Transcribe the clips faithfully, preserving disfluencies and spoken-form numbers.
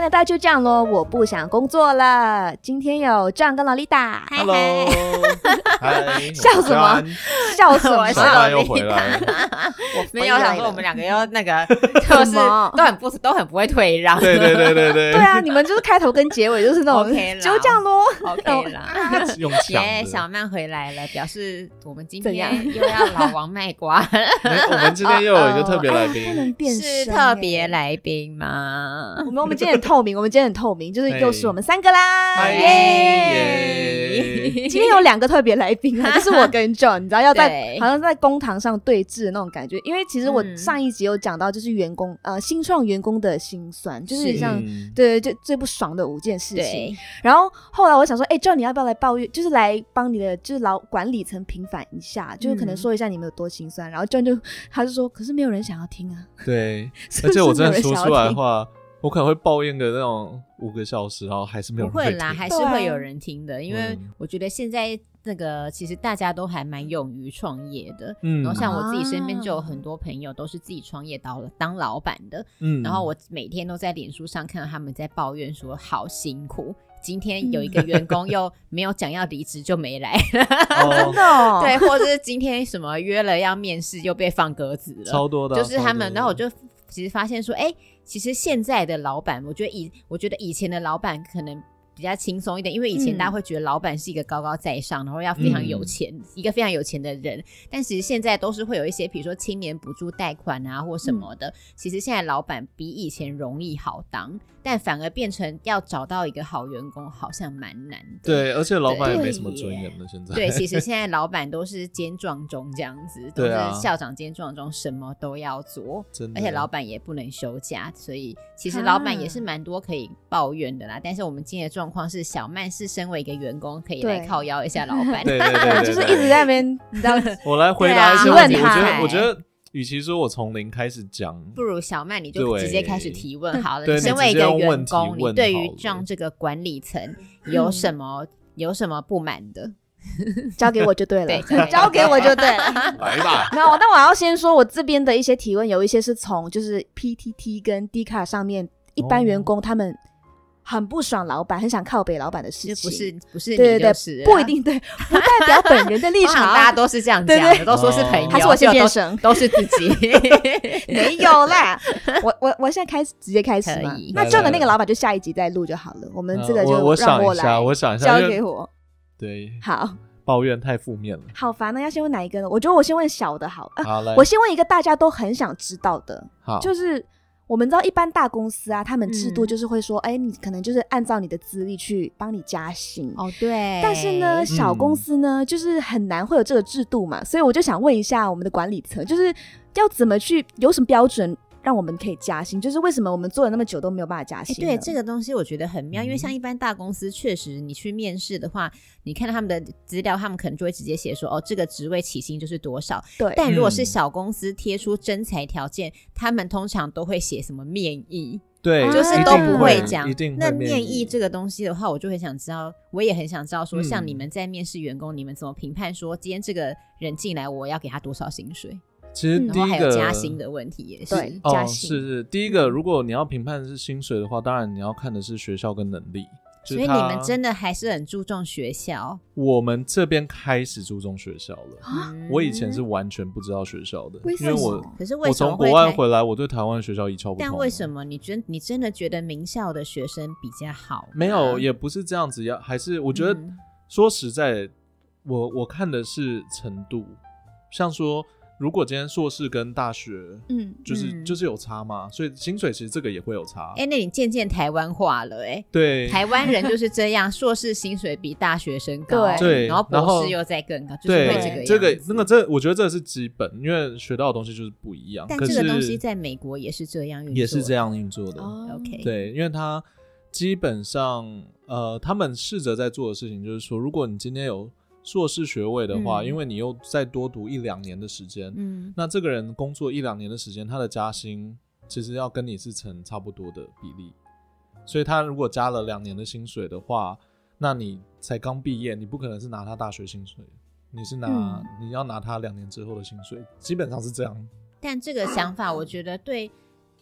来到就这样咯，我不想工作了。今天有 John 跟劳丽达 ，Hello， 嗨， 笑什么？笑什么？ 小曼又回来了。 我没有想说我们两个要那个，就是都很不都很不会退让。 对对对对对。 对啊，你们就是开头跟结尾就是那种 OK 啦， 就这样咯 OK 啦。 用抢的。 耶，小曼回来了，表示我们今天又要老王卖瓜。 我们今天又有一个特别来宾， 不能变声是特别来宾吗？ 我们我们今天很透明，我们今天很透明，就是又是我们三个啦， 耶！ 今天有两个特别来宾啊，就是我跟 John， 你知道要在好像在公堂上对峙的那种感觉。因为其实我上一集有讲到，就是员工、嗯、呃新创员工的辛酸，就是像是对就最不爽的五件事情。然后后来我想说，哎、欸、，John 你要不要来抱怨，就是来帮你的就是老管理层平反一下，就是可能说一下你们有多辛酸。然后 John 就他就说，可是没有人想要听啊。 对，而且我真的说出来的话。我可能会抱怨个那种五个小时，然后还是没有人会听。 不会啦，还是会有人听的，因为我觉得现在那个其实大家都还蛮勇于创业的。嗯，然后像我自己身边就有很多朋友都是自己创业当当老板的。嗯，然后我每天都在脸书上看到他们在抱怨说好辛苦。今天有一个员工又没有讲要离职就没来了， 真的哦。 对，或者是今天什么约了要面试又被放鸽子了， 超多的。 就是他们，然后我就其实发现说，哎、欸，其实现在的老板，我觉得以我觉得以前的老板可能比较轻松一点，因为以前大家会觉得老板是一个高高在上，嗯、然后要非常有钱、嗯，一个非常有钱的人。但其实现在都是会有一些，比如说青年补助贷款啊，或什么的。嗯、其实现在老板比以前容易好当，但反而变成要找到一个好员工，好像蛮难的。 对，而且老板也没什么尊严了。现在对，其实现在老板都是兼撞钟这样子，都是校长兼撞钟，什么都要做，而且老板也不能休假，所以其实老板也是蛮多可以抱怨的啦。但是我们今天的状况是，小曼是身为一个员工，可以来靠腰一下老板， 对对 对, 对, 对， 就是一直在那边，你知道， 我来回答一些问题。我觉得，我觉得。与其说我从零开始讲， 不如小曼你就直接开始提问好了。你身为一个员工，你对于这样这个管理层有什么、嗯、有什么不满的？ 交给我就对了， 对， 交给我就对了。 来吧。 那我那我要先说，我这边的一些提问，有一些是从就是 P T T 跟 D 卡上面一般员工他们。很不爽老板，很想靠北老板的事情， 不是不是你对对对， 不一定对，不代表本人的立场。 大家都是这样讲的，对对都说是朋友， 还是我先变声， 都是自己， 没有啦。我我我现在开始直接开始吗？那这样的那个老板就下一集再录就好了，我们这个就让我来， 我想一下， 交给我。 对， 好。 抱怨太负面了， 好烦啊！要先问哪一个呢？我觉得我先问小的好。 好，来， 我先问一个大家都很想知道的， 好， 就是。我们知道一般大公司啊，他们制度就是会说，哎、嗯欸，你可能就是按照你的资历去帮你加薪哦，对。 但是呢，小公司呢，嗯、就是很难会有这个制度嘛，所以我就想问一下我们的管理层，就是要怎么去有什么标准让我们可以加薪？就是为什么我们做了那么久都没有办法加薪、 欸？对，这个东西我觉得很妙，因为像一般大公司，确实你去面试的话，你看到他们的资料，他们可能就会直接写说，哦，这个职位起薪就是多少。 对。 但如果是小公司贴出征才条件、嗯，他们通常都会写什么面议。 对， 就是都不会讲。那面议这个东西的话，我就很想知道，我也很想知道说，嗯、像你们在面试员工，你们怎么评判说，今天这个人进来，我要给他多少薪水？ 其实第一个、 然后还有加薪的问题也是， 对， 加薪、哦、是是第一个。如果你要评判是薪水的话，当然你要看的是学校跟能力。 所以你们真的还是很注重学校？ 我们这边开始注重学校了、嗯、我以前是完全不知道学校的， 为什么？ 因为我可是为什么我从国外回来，我对台湾学校一窍不通。 但为什么你真你真的觉得名校的学生比较好？ 没有，也不是这样子，要还是我觉得、嗯、说实在，我我看的是程度，像说。如果今天硕士跟大学，嗯，就是、嗯、就是有差嘛，所以薪水其实这个也会有差。 哎、欸，那你渐渐台湾化了、欸，哎， 对， 台湾人就是这样，硕士薪水比大学生高， 对， 然后博士又再更高，就是会这个样子。 这个那个这，我觉得这是基本，因为学到的东西就是不一样。 但这个东西在美国也是这样运作的， 也是这样运作的。 哦、OK， 对，因为他基本上，呃，他们试着在做的事情就是说，如果你今天有。硕士学位的话、嗯、因为你又再多读一两年的时间、嗯、那这个人工作一两年的时间，他的加薪其实要跟你是成差不多的比例，所以他如果加了两年的薪水的话，那你才刚毕业，你不可能是拿他大学薪水，你是拿、嗯、你要拿他两年之后的薪水，基本上是这样。 但这个想法我觉得对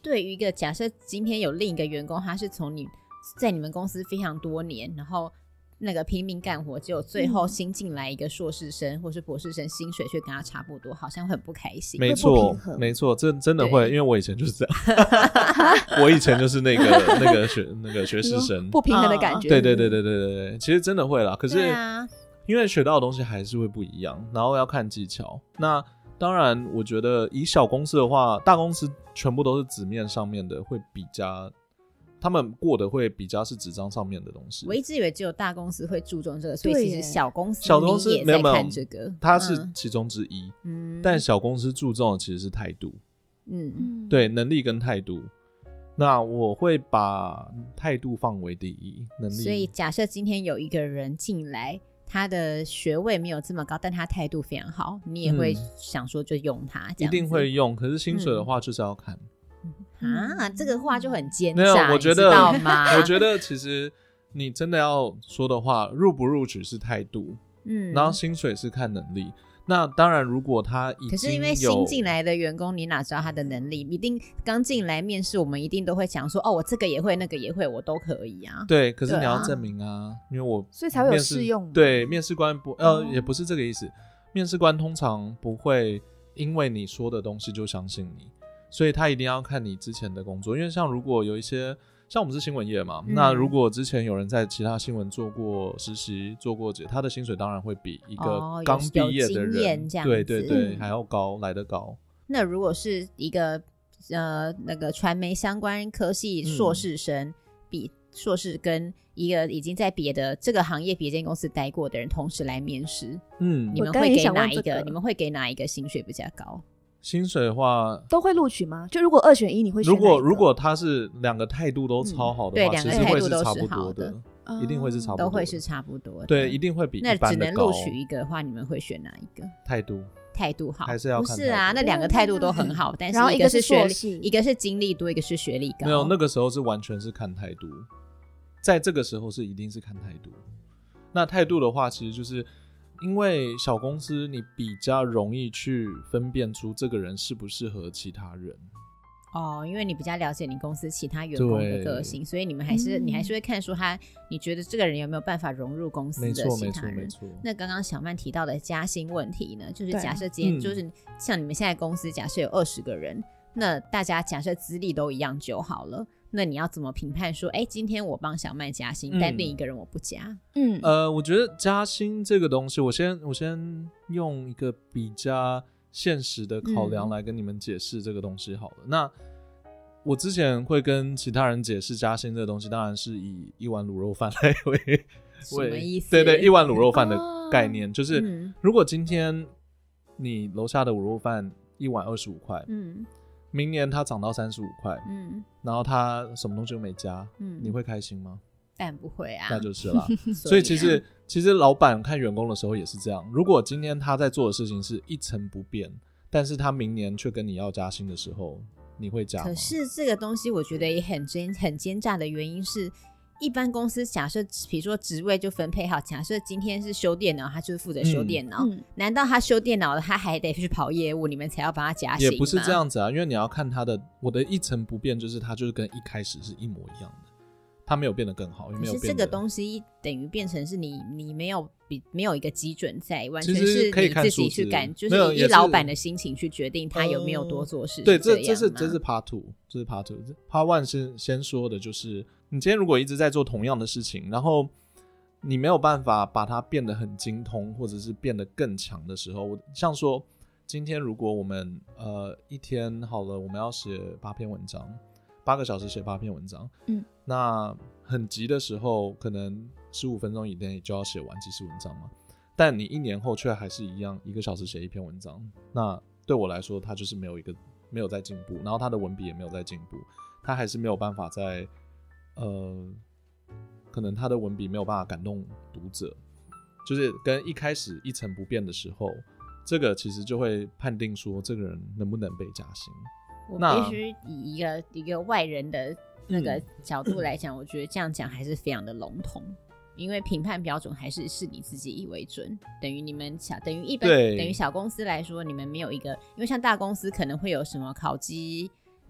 对于一个假设今天有另一个员工，他是从你在你们公司非常多年，然后那个拼命干活，结果最后新进来一个硕士生、嗯、或是博士生，薪水却跟他差不多，好像很不开心。 没错没错，这真的会，因为我以前就是这样我以前就是那个那个学那个学士生， 不平衡的感觉、 哦、对对对对对对对，其实真的会啦。可是因为学到的东西还是会不一样，然后要看技巧。那当然我觉得以小公司的话，大公司全部都是纸面上面的，会比较他们过的会比较是纸张上面的东西。 我一直以为只有大公司会注重这个，所以其实小公司小公司也在看这个， 没有没有它是其中之一、嗯、但小公司注重的其实是态度，嗯，对，能力跟态度。那我会把态度放为第一，能力。 所以假设今天有一个人进来，他的学位没有这么高，但他态度非常好，你也会想说就用他、嗯、这样子。 一定会用，可是薪水的话就是要看、 嗯、啊，这个话就很奸诈， 没有，我觉得， 你知道吗？ 我觉得其实你真的要说的话，入不入取是态度，嗯，然后薪水是看能力。那当然，如果他已经有， 可是因为新进来的员工，你哪知道他的能力？一定刚进来面试，我们一定都会讲说，哦，我这个也会，那个也会，我都可以啊。 对，可是你要证明啊，啊因为我所以才会有试用。 对，面试官不，呃、哦，也不是这个意思。面试官通常不会因为你说的东西就相信你，所以他一定要看你之前的工作。因为像如果有一些，像我们是新闻业嘛、嗯，那如果之前有人在其他新闻做过实习、做过解，他的薪水当然会比一个刚毕业的人， 哦、 对对对、嗯，还要高，来得高。 那如果是一个呃那个传媒相关科系硕士生，嗯、比硕士跟一个已经在别的这个行业别间公司待过的人同时来面试，嗯，你们会给哪一个？你们会给哪一个薪水比较高？ 薪水的话都会录取吗？就如果二选一，你会选哪一个？ 如果如果他是两个态度都超好的话，嗯、其实会是差不多的，一定会是差不多的， 都会是差不多的。 对，一定会比一般的高。 那只能录取一个的话，你们会选哪一个？ 态度， 态度好， 还是要看态度？ 不是啊，那两个态度都很好，但是一个是学历，一个是经历多，一个是学历高。 没有，那个时候是完全是看态度，在这个时候是一定是看态度。那态度的话，其实就是。因为小公司你比较容易去分辨出这个人适不适合其他人哦，因为你比较了解你公司其他员工的个性，所以你们还是、嗯、你还是会看出他，你觉得这个人有没有办法融入公司的其他人。 没错没错。 那刚刚小曼提到的加薪问题呢，就是假设今天、嗯、就是像你们现在公司假设有二十个人，那大家假设资历都一样就好了。那你要怎么评判说，哎，今天我帮小麦加薪、嗯，但另一个人我不加？嗯， 呃，我觉得加薪这个东西，我先我先用一个比较现实的考量来跟你们解释这个东西好了。嗯、那我之前会跟其他人解释加薪这个东西，当然是以一碗卤肉饭来为什么意思？ 对对，一碗卤肉饭的概念、哦、就是、嗯，如果今天你楼下的卤肉饭一碗二十五块，嗯。明年它涨到三十五块，嗯，然后它什么东西都没加，嗯，你会开心吗？ 当然不会啊， 那就是啦。所以其实、啊、其实老板看员工的时候也是这样。如果今天他在做的事情是一成不变，但是他明年却跟你要加薪的时候，你会加吗？ 可是这个东西我觉得也很奸很奸诈的原因是。一般公司假设比如说职位就分配好，假设今天是修电脑，他就是负责修电脑、嗯、难道他修电脑的他还得去跑业务，你们才要帮他加薪吗？ 也不是这样子啊，因为你要看他的，我的一成不变就是他就是跟一开始是一模一样的，他没有变得更好，也没有变得。 可是这个东西等于变成是你你没有比没有一个基准在，完全是你自己去感，就是以老板的心情去决定他有没有多做事、呃。 对，这这是这是 part two， 这是 part two。part one 是先说的就是。你今天如果一直在做同样的事情，然后你没有办法把它变得很精通，或者是变得更强的时候，像说今天如果我们呃一天好了，我们要写八篇文章，八个小时写八篇文章，嗯，那很急的时候，可能十五分钟以内就要写完即时文章嘛。但你一年后却还是一样，一个小时写一篇文章，那对我来说，它就是没有一个没有在进步，然后它的文笔也没有在进步，它还是没有办法在。呃，可能他的文笔没有办法感动读者，就是跟一开始一成不变的时候，这个其实就会判定说这个人能不能被加薪。 我必须以一个一个外人的那个角度来讲、嗯，我觉得这样讲还是非常的笼统，因为评判标准还是是你自己以为准，等于你们小等于一般等于小公司来说，你们没有一个，因为像大公司可能会有什么考绩。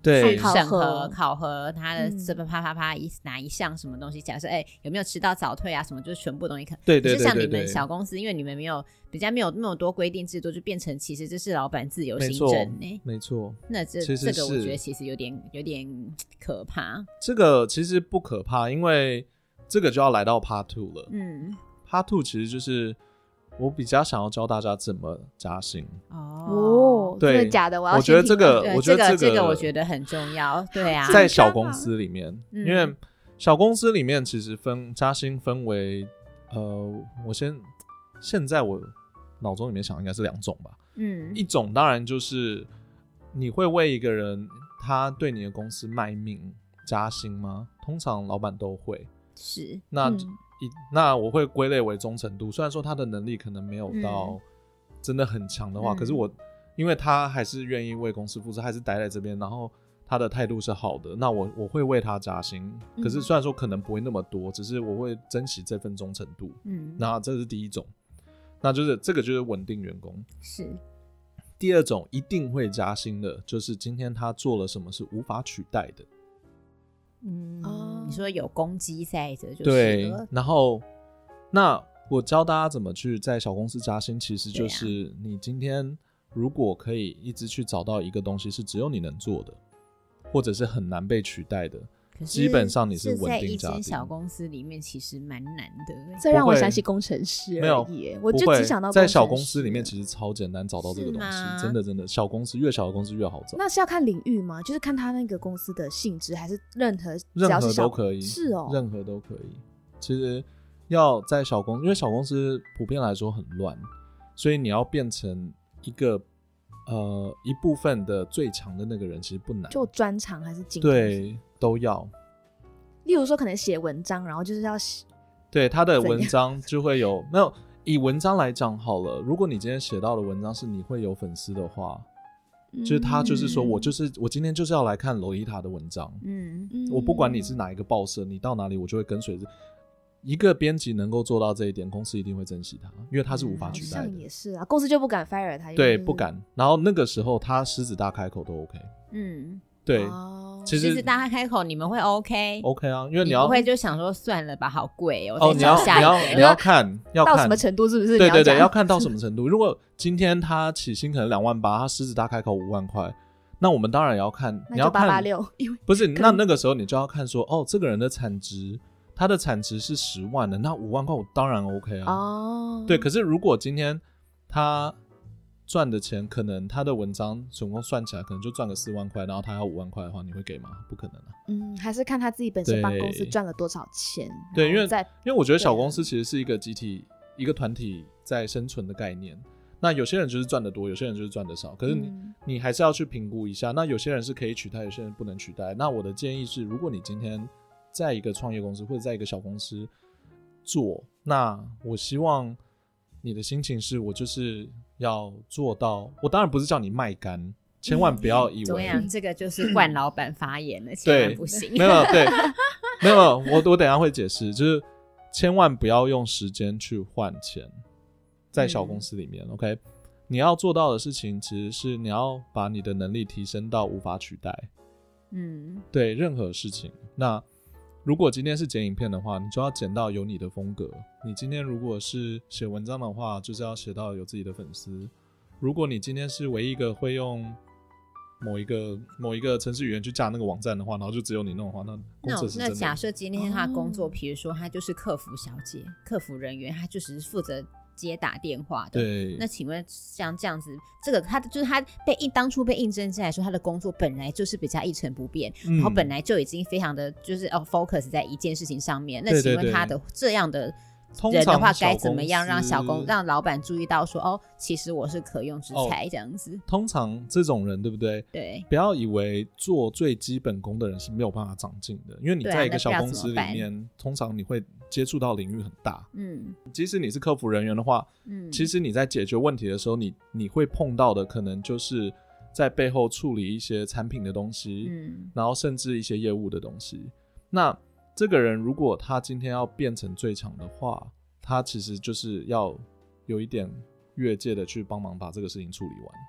对审核考核他的这个啪啪啪一哪一项什么东西，假设哎有没有迟到早退啊什么，就是全部东西可对对对对对， 可是像你们小公司，因为你们没有比较没有那么多规定制度，就变成其实这是老板自由行政呢。 没错， 那这这个我觉得其实有点有点可怕。 这个其实不可怕，因为这个就要来到 Part Two 了。嗯 ，Part Two 其实就是我比较想要教大家怎么加薪。 哦，对，真的假的？我要我觉得这个，我觉得这个， 这个我觉得很重要。对啊， 在小公司里面，嗯、因为小公司里面其实分加薪分为，呃，我先现在我脑中里面想应该是两种吧。嗯，一种当然就是你会为一个人他对你的公司卖命加薪吗？通常老板都会。 是， 那、嗯、那我会归类为忠诚度。虽然说他的能力可能没有到真的很强的话，嗯、可是我因为他还是愿意为公司付出，还是待在这边，然后他的态度是好的，那我我会为他加薪。可是虽然说可能不会那么多，只是我会珍惜这份忠诚度。嗯，那这是第一种，那就是这个就是稳定员工。 是。 第二种一定会加薪的，就是今天他做了什么是无法取代的。 嗯，哦、你说有攻击在的就是对，然后那我教大家怎么去在小公司加薪，其实就是你今天如果可以一直去找到一个东西是只有你能做的，或者是很难被取代的，基本上你是稳定加薪。 在一间小公司里面其实蛮难的， 这让我想起工程师而已。我就只想到工程师在小公司里面其实超简单找到这个东西，真的真的，小公司越小的公司越好找。 那是要看领域吗？就是看他那个公司的性质，还是任何任何都可以？ 是哦， 任何都可以。其实要在小公司，因为小公司普遍来说很乱，所以你要变成一个呃一部分的最强的那个人，其实不难。 就专长还是精？ 对，都要。 例如说，可能写文章，然后就是要写， 对他的文章就会有没有？以文章来讲好了，如果你今天写到的文章是你会有粉丝的话，嗯、就是他就是说我就是我今天就是要来看洛丽塔的文章，嗯，我不管你是哪一个报社，你到哪里我就会跟随着。一个编辑能够做到这一点，公司一定会珍惜他，因为他是无法取代的。 好像也是啊，公司就不敢 fire 他。 对，不敢。然后那个时候他狮子大开口都 OK。嗯，对。哦、其实狮子大开口你们会 OK？OK、 OK 啊，因为你要你不会就想说算了吧，好贵哦。 哦，你要你要你要看要看到什么程度是不是？ 对对对，要看到什么程度。如果今天他起薪可能两万八，他狮子大开口五万块。那我们当然也要看，你要看八八六， 不是？那那个时候你就要看说，哦，这个人的产值。他的产值是十万的，那五万块我当然 OK 啊。哦，对，可是如果今天他赚的钱，可能他的文章总共算起来可能就赚个四万块，然后他要五万块的话，你会给吗？不可能啊。 嗯，还是看他自己本身帮公司赚了多少钱。 对，因为因为我觉得小公司其实是一个集体、一个团体在生存的概念。那有些人就是赚得多，有些人就是赚得少，可是你、嗯、你还是要去评估一下。那有些人是可以取代，有些人不能取代。那我的建议是，如果你今天在一个创业公司或者在一个小公司做，那我希望你的心情是我就是要做到，我当然不是叫你卖干，千万不要以为、嗯、 怎么样，这个就是惯老板发言了，千万不行。 没有对，没有我我等一下会解释，就是千万不要用时间去换钱，在小公司里面、嗯、OK， 你要做到的事情其实是你要把你的能力提升到无法取代。嗯，对，任何事情。那如果今天是剪影片的话，你就要剪到有你的风格。你今天如果是写文章的话，就是要写到有自己的粉丝。如果你今天是唯一一个会用某一个某一个程式语言去架那个网站的话，然后就只有你弄的话，那工程师真的。 那假设今天他的工作，比、哦、如说他就是客服小姐、客服人员，他就只是负责接打电话的。对。那请问像这样子，这个他就是他被当初被应征进来说，他的工作本来就是比较一成不变、嗯，然后本来就已经非常的就是哦 focus 在一件事情上面。那请问他的这样的人的话，该怎么样让小公让老板注意到说哦，其实我是可用之才、哦、这样子。 通常这种人对不对？ 对， 不要以为做最基本功的人是没有办法长进的，因为你在一个小公司里面，啊、通常你会接触到领域很大。嗯，即使你是客服人员的话，嗯，其实你在解决问题的时候，你你会碰到的可能就是在背后处理一些产品的东西，嗯，然后甚至一些业务的东西。那这个人如果他今天要变成最强的话，他其实就是要有一点越界的去帮忙把这个事情处理完。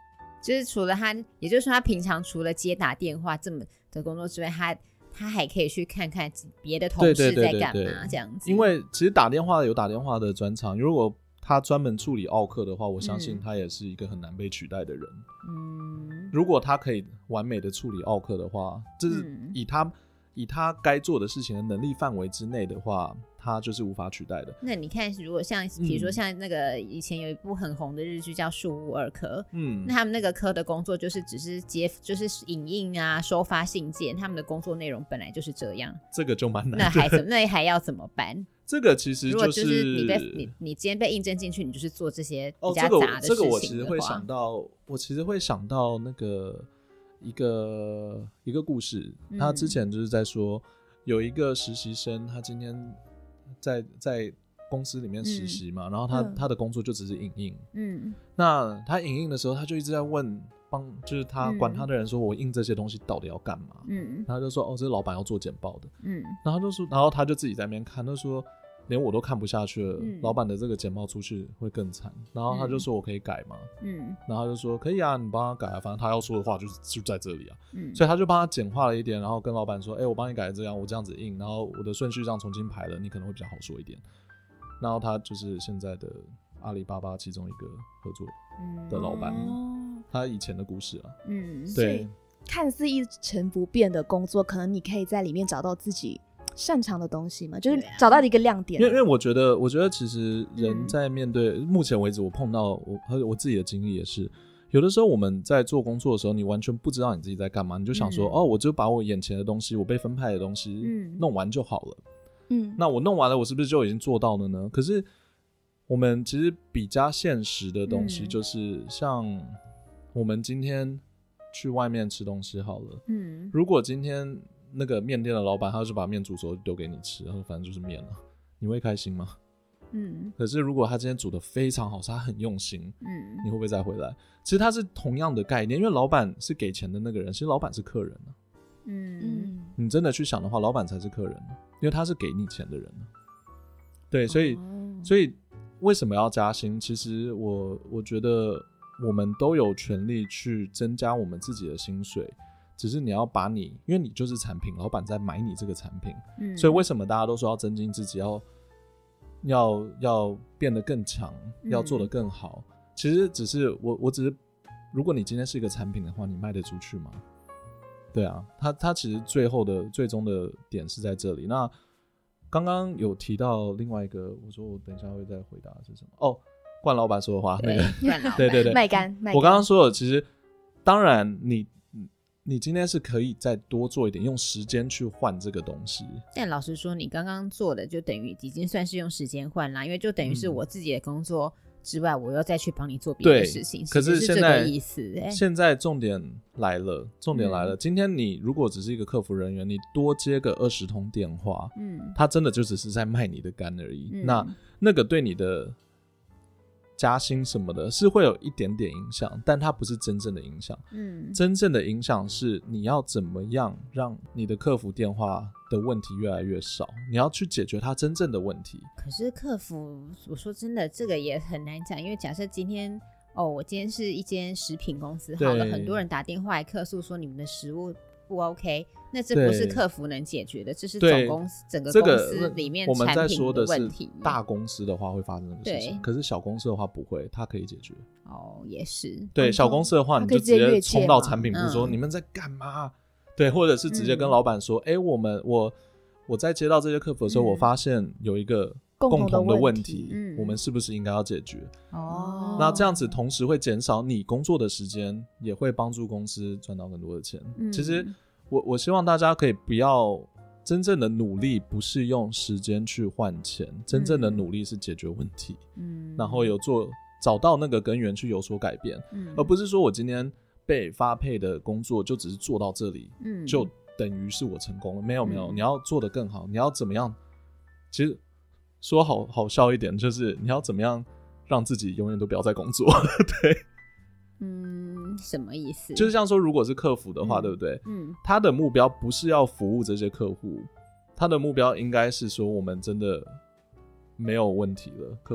就是除了他，也就是说他平常除了接打电话这么的工作之外，他他还可以去看看别的同事在干嘛这样子。 因为其实打电话有打电话的专长，如果他专门处理奥客的话，我相信他也是一个很难被取代的人。嗯，如果他可以完美的处理奥客的话，就是以他、嗯、以他该做的事情的能力范围之内的话，他就是无法取代的。 那你看，如果像比如说像那个以前有一部很红的日剧叫《树屋二科》，嗯，那他们那个科的工作就是只是接就是影印啊、收发信件，他们的工作内容本来就是这样， 这个就蛮难的。 那还怎么那还要怎么办？ 这个其实就是，如果就是你被你你今天被应征进去，你就是做这些比较杂的事情的话、哦这个、这个我其实会想到，我其实会想到那个一个一个故事，他之前就是在说、嗯、有一个实习生，他今天在在公司里面实习嘛，嗯、然后他、嗯、他的工作就只是影印，嗯，那他影印的时候，他就一直在问帮，就是他管他的人说，我印这些东西到底要干嘛？嗯，然后他就说，哦，这是老板要做简报的，嗯，然后他就说，然后他就自己在那边看，他说连我都看不下去了，嗯、老板的这个简报出去会更惨，然后他就说我可以改吗？嗯，然后他就说可以啊，你帮他改啊，反正他要说的话就就在这里啊，嗯，所以他就帮他简化了一点，然后跟老板说，哎、欸，我帮你改这样，我这样子印，然后我的顺序这样重新排了，你可能会比较好说一点。然后他就是现在的阿里巴巴其中一个合作的老板，嗯、他以前的故事啊，嗯，对， 看似一成不变的工作，可能你可以在里面找到自己擅长的东西嘛，就是找到一个亮点。 因为因为我觉得，我觉得其实人在面对、嗯、目前为止我碰到我我自己的经历也是，有的时候我们在做工作的时候，你完全不知道你自己在干嘛，你就想说、嗯、哦，我就把我眼前的东西，我被分派的东西弄完就好了。嗯，那我弄完了，我是不是就已经做到了呢？可是我们其实比较现实的东西，就是像我们今天去外面吃东西好了，嗯，如果今天那个面店的老板他就把面煮熟丢给你吃，他说反正就是面了，你会开心吗？嗯，可是如果他今天煮得非常好，他很用心，嗯，你会不会再回来？其实他是同样的概念，因为老板是给钱的那个人，其实老板是客人啊。嗯，你真的去想的话，老板才是客人，因为他是给你钱的人。对，所以、哦、所以为什么要加薪？其实我我觉得我们都有权利去增加我们自己的薪水，只是你要把你，因为你就是产品，老板在买你这个产品，嗯，所以为什么大家都说要增进自己，要要要变得更强，要做得更好？嗯、其实只是我我只是，如果你今天是一个产品的话，你卖得出去吗？对啊，他他其实最后的最终的点是在这里。那刚刚有提到另外一个，我说我等一下会再回答是什么？哦，冠老板说的话，那个对对对， 卖干。 我刚刚说的，其实当然你你今天是可以再多做一点，用时间去换这个东西。 但老实说，你刚刚做的就等于已经算是用时间换啦，因为就等于是我自己的工作之外，我又再去帮你做别的事情， 可是现在是这个意思、欸。 现在重点来了，重点来了、嗯。今天你如果只是一个客服人员，你多接个二十通电话，嗯，他真的就只是在卖你的肝而已。嗯、那那个对你的加薪什么的，是会有一点点影响，但它不是真正的影响。嗯，真正的影响是你要怎么样让你的客服电话的问题越来越少，你要去解决它真正的问题。 可是客服，我说真的，这个也很难讲，因为假设今天哦，我今天是一间食品公司，好了，很多人打电话来客诉说你们的食物不 OK， 那这不是客服能解决的，这是总公司整个公司里面产品的问题。我们在说的是大公司的话会发生这个事情，可是小公司的话不会，它可以解决。 哦，也是。 对，小公司的话，你就直接冲到产品部说、嗯、你们在干嘛？对，或者是直接跟老板说，哎、嗯欸，我们我我在接到这些客服的时候、嗯，我发现有一个共同的问题，嗯、我们是不是应该要解决？哦，那这样子同时会减少你工作的时间，也会帮助公司赚到更多的钱。嗯、其实我我希望大家可以不要真正的努力，不是用时间去换钱，真正的努力是解决问题，嗯，然后有做找到那个根源去有所改变，嗯，而不是说我今天被发配的工作就只是做到这里，嗯，就等于是我成功了。没有没有、嗯，你要做得更好，你要怎么样？其实说好好笑一点，就是你要怎么样让自己永远都不要再工作？对， 嗯，什么意思？ 就是像说，如果是客服的话，嗯、对不对？嗯，他的目标不是要服务这些客户，他的目标应该是说，我们真的没有问题了，客服客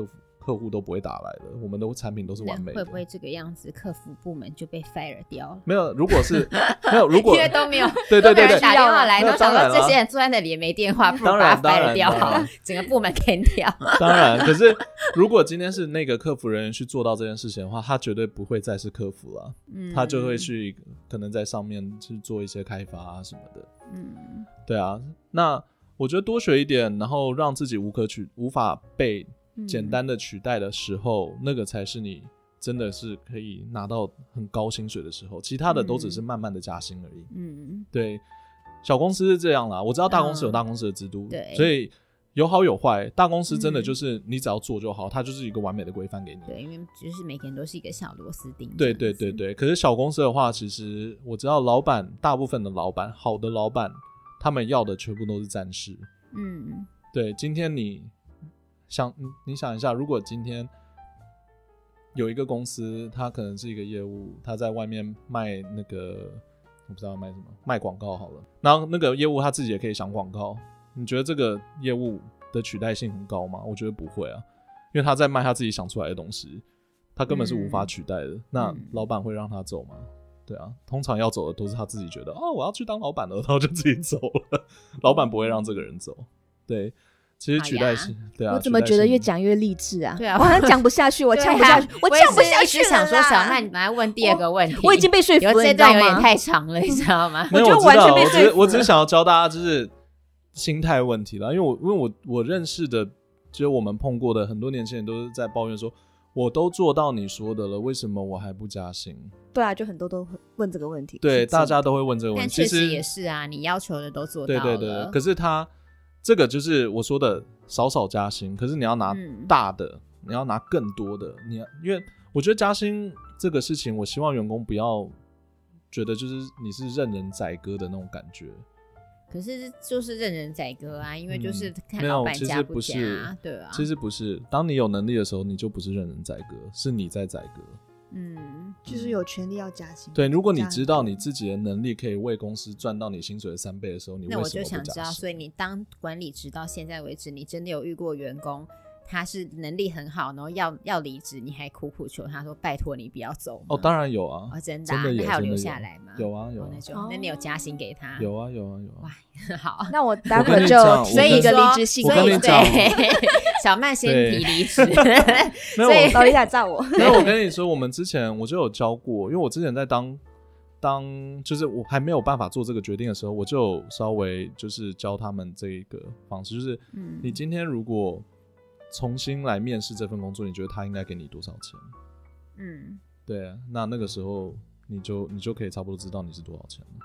客户都不会打来的，我们的产品都是完美的。 会不会这个样子，客服部门就被 fire 掉了？ 没有，如果是没有，如果因为都没有， 对对对对， 打电话来，都想说这些人坐在那里也没电话，不如把他 fire 掉好了，整个部门 can 掉。 当然，可是如果今天是那个客服人员去做到这件事情的话，他绝对不会再是客服了，嗯，他就会去可能在上面去做一些开发啊什么的。嗯，对啊，那我觉得多学一点，然后让自己无可取无法被简单的取代的时候，嗯，那个才是你真的是可以拿到很高薪水的时候，其他的都只是慢慢的加薪而已。嗯，对，小公司是这样啦，我知道大公司有大公司的制度，嗯，所以有好有坏。大公司真的就是你只要做就好，它就是一个完美的规范给你。 对，因为就是每个人都是一个小螺丝钉。 对对对对，可是小公司的话，其实我知道老板大部分的老板，好的老板，他们要的全部都是战士。嗯，对，今天你想你想一下，如果今天有一个公司，他可能是一个业务，他在外面卖那个我不知道卖什么，卖广告好了，然后那个业务他自己也可以想广告，你觉得这个业务的取代性很高吗？我觉得不会啊，因为他在卖他自己想出来的东西，他根本是无法取代的。嗯，那老板会让他走吗？对啊，通常要走的都是他自己觉得哦，我要去当老板了，然后就自己走了。老板不会让这个人走。对，其实取代性，对啊。 我怎么觉得越讲越励志啊？ 对啊， 我好像讲不下去，我呛不下去， 啊， 我呛不下去了啦。 我一直想说，小曼，你来问第二个问题。 我, 我已经被说服了， 这段有点太长了，你知道吗？ 没有， 我就完全被说服了。 我只是想要教大家，就是心态问题啦，因为我因为我我认识的，就是我们碰过的很多年轻人都是在抱怨说，我都做到你说的了，为什么我还不加薪？ 对啊，就很多都问这个问题。 对，大家都会问这个问题。 但确实也是啊，你要求的都做到了。 对对对，可是他这个就是我说的少少加薪，可是你要拿大的，嗯，你要拿更多的，你要因为我觉得加薪这个事情，我希望员工不要觉得就是你是任人宰割的那种感觉。 可是就是任人宰割啊，因为就是看老板加不加，嗯，对啊。 其实不是，当你有能力的时候，你就不是任人宰割，是你在宰割。 嗯，就是有权利要加薪。 对，如果你知道你自己的能力可以为公司赚到你薪水的三倍的时候，你为什么不加薪？那我就想知道， 所以你当管理直到现在为止，你真的有遇过员工他是能力很好，然后要要离职，你还苦苦求他说拜托你不要走吗？ 哦，当然有啊。 哦，真的，啊， 真的有， 那还有留下来吗？ 有啊有啊， 哦，那就，哦，那你有加薪给他？ 有啊有啊有啊。 哇，好， 那我待会就所以一个离职信， 所以对，小曼先提离职， 所以劳力来照我。 没有，我跟你说，我们之前我就有教过，因为我之前在当当就是我还没有办法做这个决定的时候，我就稍微就是教他们这一个方式，就是你今天如果重新来面试这份工作，你觉得他应该给你多少钱？嗯，对啊，那那个时候你就你就可以差不多知道你是多少钱了。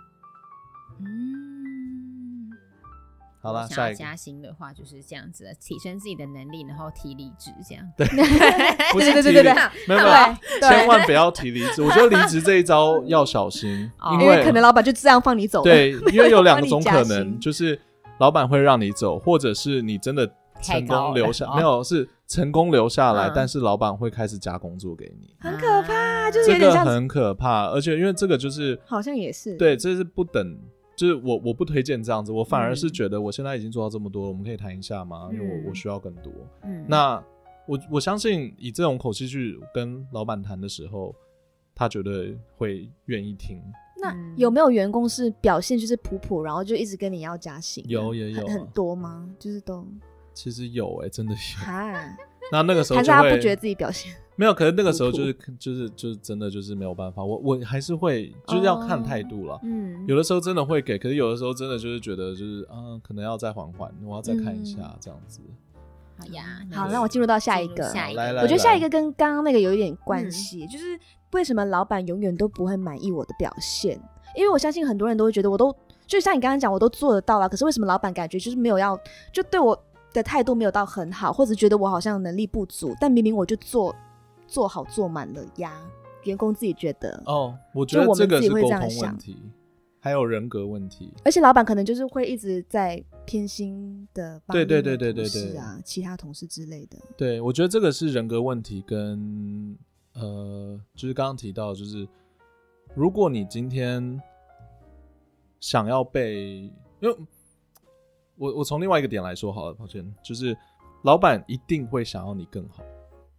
嗯，好啦， 下一个加薪的话就是这样子的，提升自己的能力，然后提离职这样。 对，不是提离，没有没有，千万不要提离职。我觉得离职这一招要小心，因为可能老板就这样放你走了。 对，因为有两种可能，就是老板会让你走，或者是你真的成功留下，没有是成功留下来，嗯，但是老板会开始加工作给你， 很可怕，就是有点像这个很可怕，而且因为这个就是好像也是对，这是不等。就是我我不推荐这样子，我反而是觉得我现在已经做到这么多了，我们可以谈一下吗？因为我我需要更多。嗯，那我我相信以这种口气去跟老板谈的时候，他绝对会愿意听。 那有没有员工是表现就是普普，然后就一直跟你要加薪？ 有也有很, 很多吗？就是都其实有哎，欸，真的有。 啊， 那那个时候就会还是他不觉得自己表现没有，可是那个时候就是就是就是真的就是没有办法，我我还是会就是要看态度了。嗯，有的时候真的会给，可是有的时候真的就是觉得就是啊，可能要再缓缓，我要再看一下，嗯，这样子。 好呀， 好，那我进入到下一个。 下一个， 来来， 我觉得下一个跟刚刚那个有一点关系，嗯，就是为什么老板永远都不会满意我的表现？因为我相信很多人都会觉得我都就像你刚刚讲，我都做得到啊，可是为什么老板感觉就是没有要就对我的态度没有到很好，或者觉得我好像能力不足，但明明我就做做好做满了呀，员工自己觉得哦，我觉得这个是沟通问题，还有人格问题， 而且老板可能就是会一直在偏心的帮对对对对对对啊，其他同事之类的。 对，我觉得这个是人格问题跟呃，就是刚刚提到，就是如果你今天想要被，因为我我从另外一个点来说好了，抱歉，就是老板一定会想要你更好。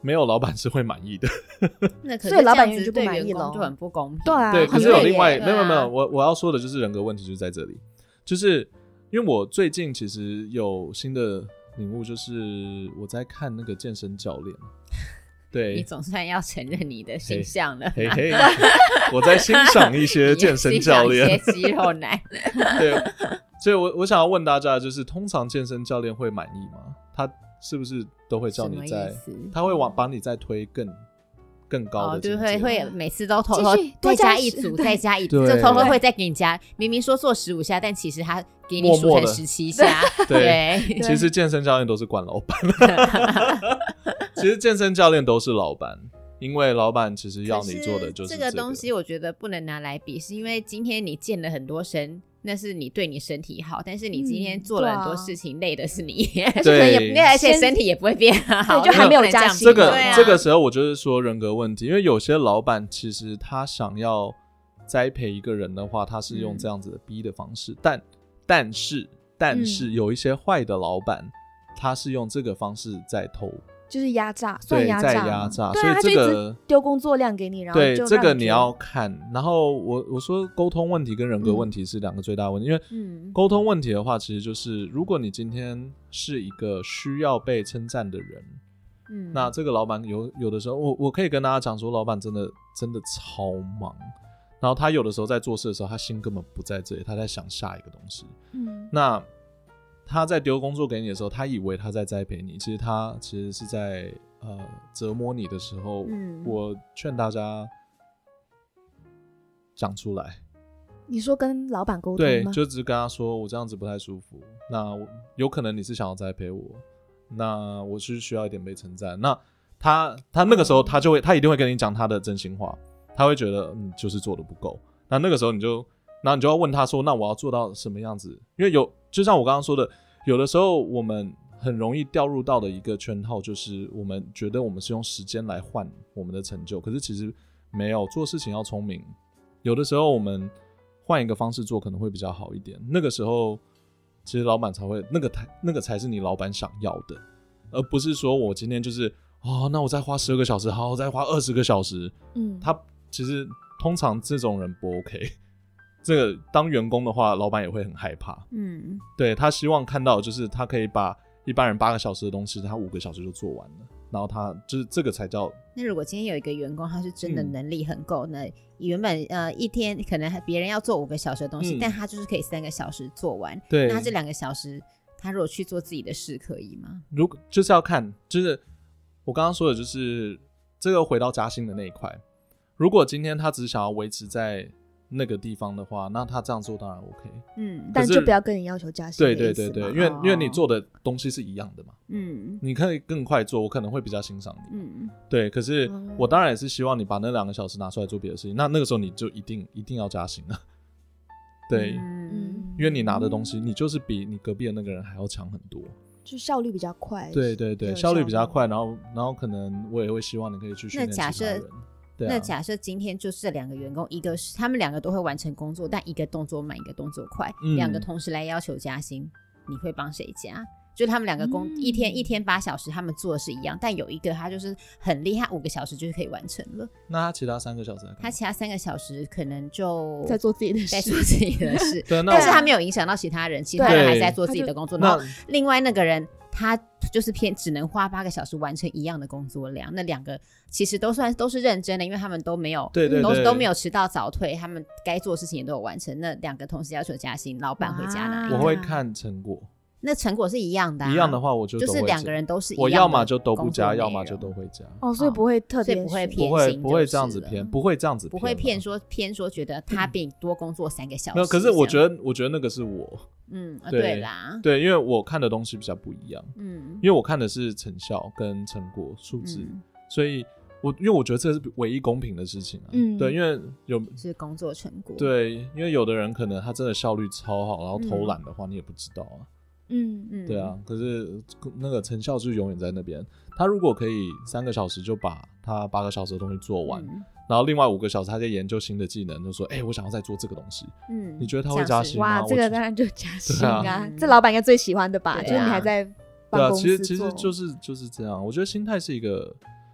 没有老板是会满意的。 那可是所以老板这样子就不对满意咯员工就很不公平。 对啊， 对，可是有另外、 啊、 没有没有，我我要说的就是人格问题，就是在这里，就是因为我最近其实有新的领悟，就是我在看那个健身教练。对， 你总算要承认你的形象了。 嘿嘿，我在欣赏一些健身教练， 一些肌肉男。 对，所以我我想要问大家，就是通常健身教练会满意吗？他是不是都会叫你在，他会往把你再推更更高的境界、 哦、对，会会每次都偷偷再加一组，再加一组， 就偷偷会再给你加。明明说做十五下，但其实他给你数成十七下。 对，对，其实健身教练都是惯老板。其实健身教练都是老板，因为老板其实要你做的就是、 这个、这个东西，我觉得不能拿来比，是因为今天你健了很多身。那是你对你身体好，但是你今天做了很多事情，嗯啊、累的是你， 对， 而且身体也不会变好， 就还没有加薪。 这个、 啊、 这个时候，我就是说人格问题，因为有些老板其实他想要栽培一个人的话，他是用这样子的逼的方式，嗯、但但是但是有一些坏的老板，嗯、他是用这个方式在偷。 就是压榨，算压榨， 在压榨， 对啊， 所以这个丢工作量给你，然后就对这个你要看。然后我我说沟通问题跟人格问题是两个最大的问题，嗯、因为沟通问题的话，其实就是如果你今天是一个需要被称赞的人，嗯，那这个老板有有的时候，我我可以跟大家讲说，老板真的真的超忙，然后他有的时候在做事的时候，他心根本不在这里，他在想下一个东西，嗯，那。他在丢工作给你的时候，他以为他在栽培你，其实他其实是在呃折磨你的时候，嗯、我劝大家讲出来。 你说跟老板沟通吗？ 对，就只是跟他说我这样子不太舒服，那有可能你是想要栽培我，那我是需要一点被称赞。那他他那个时候他就会他一定会跟你讲他的真心话，他会觉得你就是做的不够。那那个时候你就，然后你就要问他说，那我要做到什么样子？因为有。就像我刚刚说的，有的时候我们很容易掉入到的一个圈套，就是我们觉得我们是用时间来换我们的成就，可是其实没有，做事情要聪明。有的时候我们换一个方式做可能会比较好一点，那个时候其实老板才会那个才那个才是你老板想要的，而不是说我今天就是哦，那我再花十二个小时，好，我再花二十个小时。嗯，他其实通常这种人不 OK。这个当员工的话，老板也会很害怕。嗯，对，他希望看到就是他可以把一般人八个小时的东西，他五个小时就做完了，然后他就是这个才叫。 那如果今天有一个员工，他是真的能力很够，嗯、那原本呃一天可能别人要做五个小时的东西，嗯、但他就是可以三个小时做完。 对， 那他这两个小时，他如果去做自己的事，可以吗？ 如果就是要看，就是我刚刚说的，就是这个回到加薪的那一块。如果今天他只想要维持在那个地方的话，那他这样做当然 OK， 嗯，但就不要跟你要求加薪。 对对对对，因为、哦、因为你做的东西是一样的嘛，嗯，你可以更快做，我可能会比较欣赏你，嗯，对。可是我当然也是希望你把那两个小时拿出来做别的事情，那那个时候你就一定一定要加薪了，对，嗯，因为你拿的东西，你就是比你隔壁的那个人还要强很多， 就效率比较快。 对对对，效率比较快，然后然后可能我也会希望你可以去训练其他人。 啊、那假设今天就是这两个员工，一个是他们两个都会完成工作，但一个动作慢，一个动作快，嗯、两个同时来要求加薪，你会帮谁加？就他们两个工、嗯、一天一天八小时，他们做的是一样，但有一个他就是很厉害，五个小时就可以完成了。 那他其他三个小时， 他其他三个小时可能就在做自己的事， 在做自己的事，但是他没有影响到其他人，其他人还是在做自己的工作。然后另外那个人。他就是偏只能花八个小时完成一样的工作量，那两个其实都算都是认真的，因为他们都没有对对对都, 都没有迟到早退，他们该做的事情也都有完成。那两个同时要求加薪，老板会加哪一个？ 我会看成果。 那成果是一样的、啊， 一样的话我就就是两个人都是一样的， 我要么就都不加，要么就都会加。 哦，所以不会特别不会偏心，不会不会这样子偏，不会这样子偏， 不会偏说偏说觉得他比你多工作三个小时。 没有，可是我觉得我觉得那个是我， 嗯， 对, 对啦， 对，因为我看的东西比较不一样，嗯，因为我看的是成效跟成果数字，嗯、所以我因为我觉得这是唯一公平的事情啊，嗯，对，因为有是工作成果， 对，因为有的人可能他真的效率超好，然后偷懒的话，你也不知道啊。嗯嗯，对啊，可是那个成效就永远在那边。他如果可以三个小时就把他八个小时的东西做完，嗯、然后另外五个小时他在研究新的技能，就说：“哎、欸，我想要再做这个东西。”嗯，你觉得他会加薪吗？ 哇，这个当然就加薪啊！啊这老板应该最喜欢的吧？啊、就是你还在办公室做。 对啊，其实其实就是就是这样。我觉得心态是一个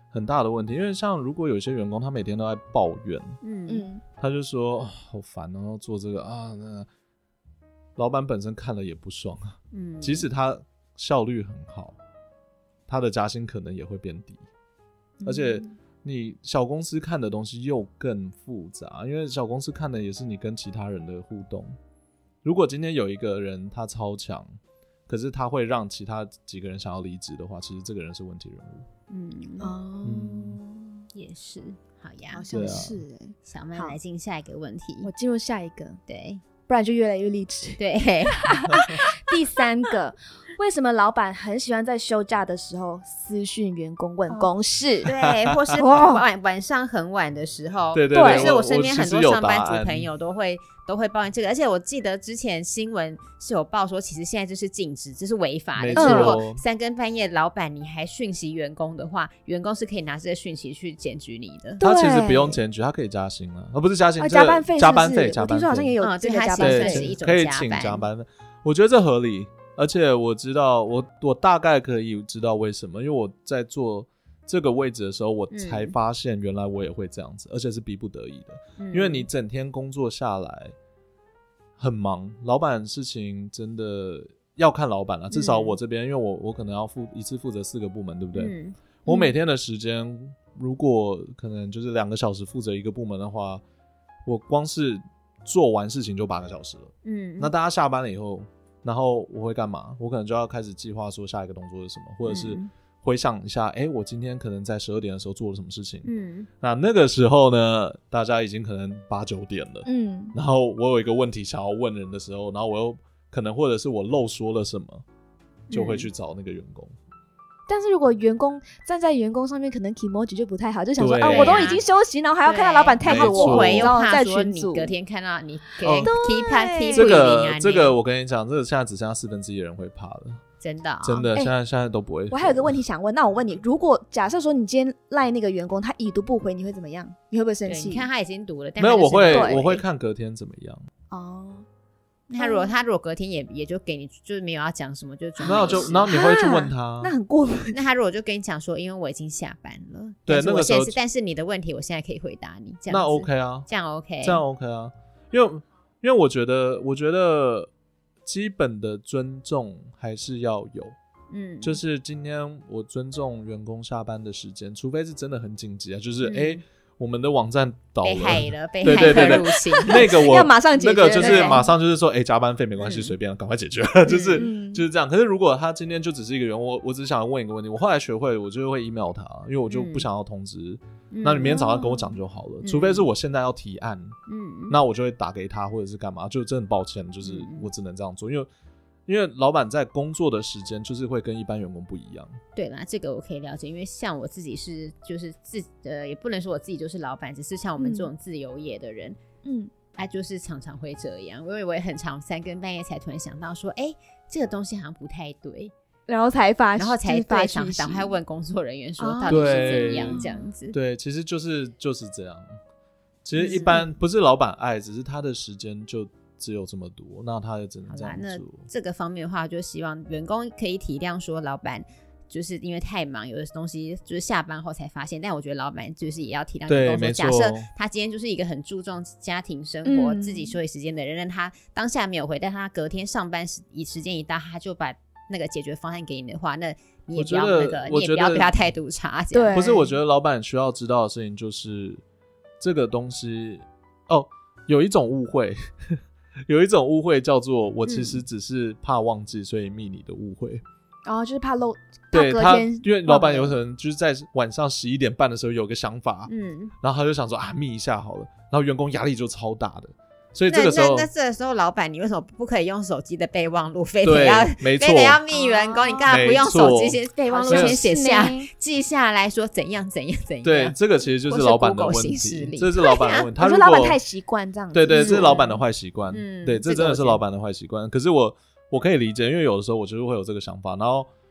很大的问题，因为像如果有些员工他每天都在抱怨，嗯嗯，他就说、哦、好烦哦，要做这个啊，那老板本身看了也不爽啊，嗯，即使他效率很好，他的加薪可能也会变低，嗯、而且你小公司看的东西又更复杂，因为小公司看的也是你跟其他人的互动。如果今天有一个人他超强，可是他会让其他几个人想要离职的话，其实这个人是问题人物。嗯哦，嗯也是，好呀， 好像是哎、欸。 小曼来进下一个问题， 我进入下一个， 对， 不然就越来越励志。 对， 第三个，为什么老板很喜欢在休假的时候私讯员工问公事？ 哦、对，或是晚晚上很晚的时候， 对对对， 是我身边很多上班族朋友都会。都会抱怨这个，而且我记得之前新闻是有报说，其实现在这是禁止，这是违法的。如果三更半夜老板你还讯息员工的话，员工是可以拿这个讯息去检举你的。 他其实不用检举，他可以加薪啊，而、哦、不是加薪， 啊、加班费， 加班费， 我听说好像也有这个加班费， 是一种可以请加班费。我觉得这合理，而且我知道，我我大概可以知道为什么，因为我在做这个位置的时候，我才发现原来我也会这样子，嗯、而且是逼不得已的，嗯、因为你整天工作下来。很忙，老板事情真的要看老板啦。至少我这边，嗯、因为我我可能要负一次负责四个部门，对不对？嗯、我每天的时间，如果可能就是两个小时负责一个部门的话，我光是做完事情就八个小时了。嗯，那大家下班了以后，然后我会干嘛？我可能就要开始计划说下一个动作是什么，或者是回想一下，哎、欸，我今天可能在十二点的时候做了什么事情。嗯，那那个时候呢，大家已经可能八九点了。嗯，然后我有一个问题想要问人的时候，然后我又可能或者是我漏说了什么，就会去找那个员工。嗯、 但是如果员工站在员工上面，可能 kimoji 就不太好，就想说啊，我都已经休息，然后还要看到老板 tag 我回， 然后在群组， 隔天看到你给 keep keep 这个这个，我跟你讲，这个现在只剩下四分之一的人会怕了。 真的、哦、 真的，现在、欸、现在都不会。 我还有个问题想问，那我问你，如果假设说你今天赖那个员工，他已读不回，你会怎么样？你会不会生气？ 你看他已经读了，但没有，我会我会看隔天怎么样。 哦， 他如果他如果隔天也也就给你，就是没有要讲什么，就没有就然后你会去问他，啊、 那很过分。 那他如果就跟你讲说，因为我已经下班了， 对，那个时候， 但是你的问题我现在可以回答你，这样子那 OK 啊， 这样 OK， 这样 OK 啊，因为因为我觉得我觉得基本的尊重还是要有。嗯，就是今天我尊重员工下班的时间，除非是真的很紧急啊，就是哎、嗯欸，我们的网站倒了， 被害了，被害客入侵， 那个我要马上解决， 那个就是马上就是说，哎、欸，加班费没关系，随、嗯、便，赶快解决，就是、嗯、就是这样。可是如果他今天就只是一个员工，我我只想问一个问题，我后来学会，我就会 email 他，因为我就不想要通知，嗯、那你明天早上跟我讲就好了、嗯，除非是我现在要提案，嗯，那我就会打给他或者是干嘛，就真的很抱歉，就是我只能这样做，因为。因为老板在工作的时间就是会跟一般员工不一样。 对啦，这个我可以了解，因为像我自己是就是自呃，也不能说我自己就是老板，只是像我们这种自由业的人，嗯，他、啊、就是常常会这样。因为我也很常三更半夜才突然想到说，哎、欸，这个东西好像不太对， 然后才发， 然后才对想赶快问工作人员说到底是怎样这样子。 对，其实就是就是这样。其实一般不是老板爱，只是他的时间就。只有这么多，那他也只能这样做。那这个方面的话，就希望员工可以体谅，说老板就是因为太忙，有的东西就是下班后才发现。但我觉得老板就是也要体谅员工说，假设他今天就是一个很注重家庭生活、嗯、自己休息时间的人，让他当下没有回，但他隔天上班时时间一到，他就把那个解决方案给你的话，那你也不要那个，你也不要对他态度差。 对，不是，我觉得老板需要知道的事情就是这个东西哦，有一种误会。有一种误会叫做我其实只是怕忘记、嗯、所以密你的误会， 然后、哦、就是怕漏， 对他，因为老板有可能就是在晚上十一点半的时候有个想法，嗯，然后他就想说啊密一下好了，然后员工压力就超大的，所以这个时候那, 那, 那这个时候老板你为什么不可以用手机的备忘录，非得要非得要密员工、哦、你干嘛不用手机先备忘录先写下记下来说怎样怎样怎样？ 对，这个其实就是老板的问题，这是老板的问题。他如果我说老板太习惯这样子， 对 对, 对，这是老板的坏习惯，嗯，对，这真的是老板的坏习惯。可是我我可以理解，因为有的时候我就是会有这个想法，然后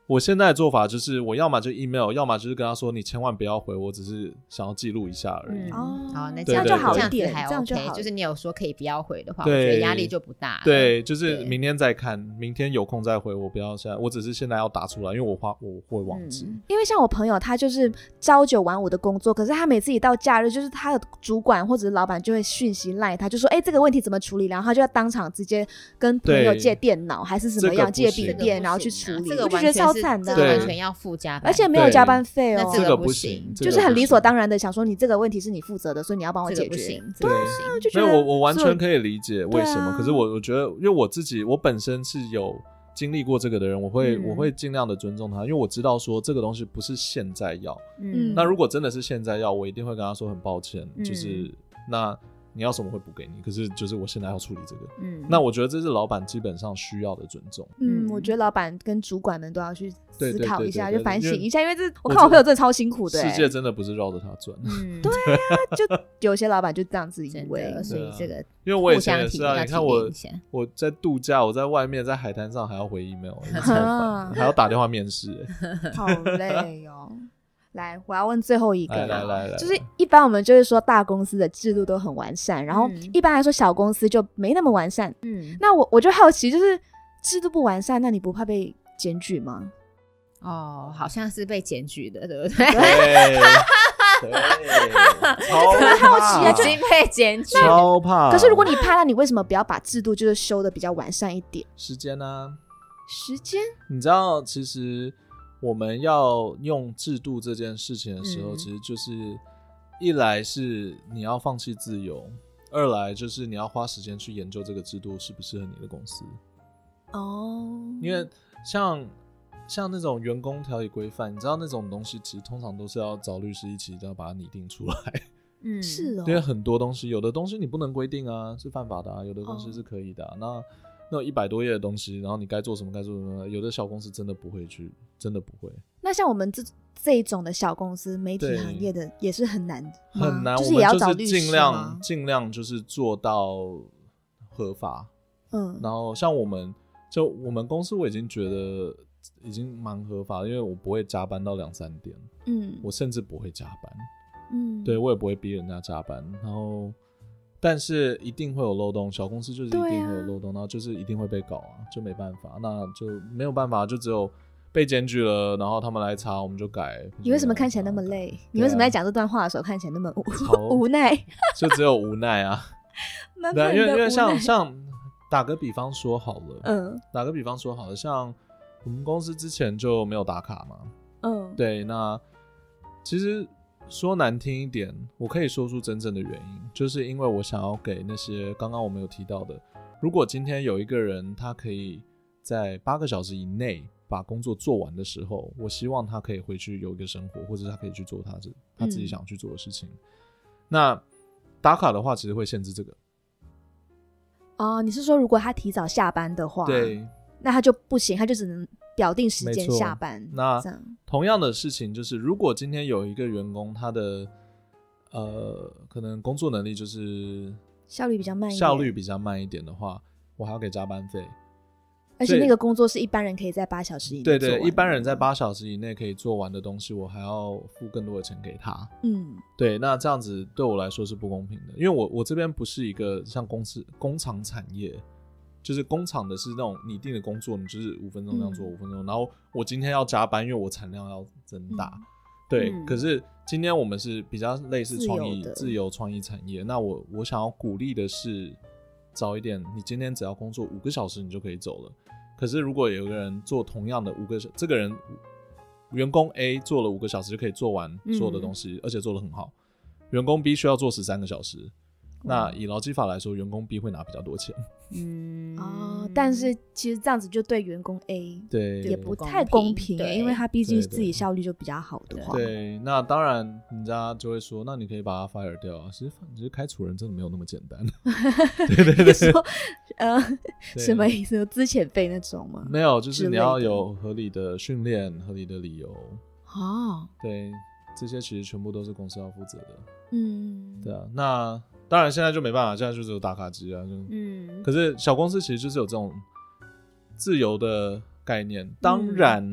我现在的做法就是我要么就 email， 要么就是跟他说你千万不要回，我只是想要记录一下而已。 哦、嗯，好，那这样就好一点， 这样子还 OK， 这样就好。 就是你有说可以不要回的话，我觉得压力就不大了。 对，就是明天再看，明天有空再回，我不要现在，我只是现在要打出来，因为我花我会忘记、嗯。 因为像我朋友，他就是朝九晚五的工作，可是他每次一到假日，就是他的主管或者是老板就会讯息赖他，就说：“哎、欸，这个问题怎么处理？”然后他就要当场直接跟朋友借电脑还是什么样、这个、借笔电，然后去处理。 这个我就觉得超惨的， 这个完全要付加班， 而且没有加班费哦。 那这个不行， 就是很理所当然的想说，你这个问题是你负责的，所以你要帮我解决。 这个不行， 对啊，就觉得没有我我完全可以理解为什么， 啊、 可是我我觉得，因为我自己我本身是有经历过这个的人，我会、嗯、我会尽量的尊重他，因为我知道说这个东西不是现在要。嗯，那如果真的是现在要，我一定会跟他说很抱歉，嗯、就是那。你要什么会补给你，可是就是我现在要处理这个，嗯，那我觉得这是老板基本上需要的尊重。 嗯，我觉得老板跟主管们都要去思考一下， 对对对对对， 就反省一下，因为这我看我朋友真的超辛苦的、欸， 世界真的不是绕着他转。 嗯，对啊，就有些老板就这样子以为， 所以这个因为我以前也是啊，你看我我在度假，我在外面在海滩上还要回 email， 超烦，还要打电话面试、 欸，好累哦。来，我要问最后一个， 来来来来， 就是一般我们就是说大公司的制度都很完善，然后一般来说小公司就没那么完善。嗯，那我我就好奇，就是制度不完善，那你不怕被检举吗？ 哦，好像是被检举的，对不对？ 对，对真的好奇啊， 已经被检举， 超怕。 可是如果你怕，那你为什么不要把制度就是修的比较完善一点？ 时间啊， 时间， 你知道，其实。我们要用制度这件事情的时候、嗯、其实就是一来是你要放弃自由，二来就是你要花时间去研究这个制度适不适合你的公司。哦，因为像像那种员工条理规范，你知道那种东西其实通常都是要找律师一起要把它拟定出来。 嗯，是哦， 因为很多东西有的东西你不能规定啊，是犯法的啊，有的东西是可以的、啊哦、那那一百多页的东西，然后你该做什么该做什么，有的小公司真的不会去，真的不会。 那像我们这这一种的小公司，媒体行业的也是很难， 很难， 就是也要找律师吗？ 我们就是尽量尽量就是做到合法。嗯，然后像我们就我们公司，我已经觉得已经蛮合法的，因为我不会加班到两三点。嗯，我甚至不会加班。嗯，对我也不会逼人家加班，然后。但是一定会有漏洞，小公司就是一定会有漏洞、啊、然后就是一定会被搞啊，就没办法，那就没有办法，就只有被检举了，然后他们来查，我们就改。 你为什么看起来那么累？啊、你为什么在讲这段话的时候看起来那么 无, 无奈？ 就只有无奈啊。对，因为因为像像打个比方说好了，嗯，打个比方说好了，像我们公司之前就没有打卡嘛，嗯，对，那其实。说难听一点，我可以说出真正的原因，就是因为我想要给那些刚刚我们有提到的，如果今天有一个人他可以在八个小时以内把工作做完的时候，我希望他可以回去有一个生活，或者他可以去做他自他自己想去做的事情、嗯、那打卡的话其实会限制这个哦，你是说如果他提早下班的话， 对， 那他就不行，他就只能表定时间下班。 那同样的事情就是，如果今天有一个员工，他的呃可能工作能力就是效率比较慢一点， 效率比较慢一点的话，我还要给加班费。 而且那个工作是一般人可以在八小时以内对对，一般人在八小时以内可以做完的东西，我还要付更多的钱给他。嗯，对，那这样子对我来说是不公平的，因为我我这边不是一个像公司工厂产业。就是工厂的是那种拟定的工作，你就是五分钟这样做五、嗯、分钟，然后我今天要加班，因为我产量要增大，嗯、对、嗯。可是今天我们是比较类似创意自由创意产业，那我我想要鼓励的是早一点，你今天只要工作五个小时你就可以走了。可是如果有个人做同样的五个小时，这个人员工 A 做了五个小时就可以做完所有的东西，嗯、而且做得很好，员工 B 需要做十三个小时。那以劳基法来说，员工 B 会拿比较多钱。 嗯哦，但是其实这样子就对员工 A 对也不太公平，因为他毕竟自己效率就比较好的话。 对，对对，那当然人家就会说，那你可以把他 fire 掉啊。其实其实开除人真的没有那么简单。对对对， 说呃什么意思？资遣费那种吗？ 没有，就是你要有合理的训练、合理的理由。哦，对，这些其实全部都是公司要负责的。嗯，对啊，那。当然现在就没办法，现在就只有打卡机啊，就嗯。可是小公司其实就是有这种自由的概念。当然，嗯、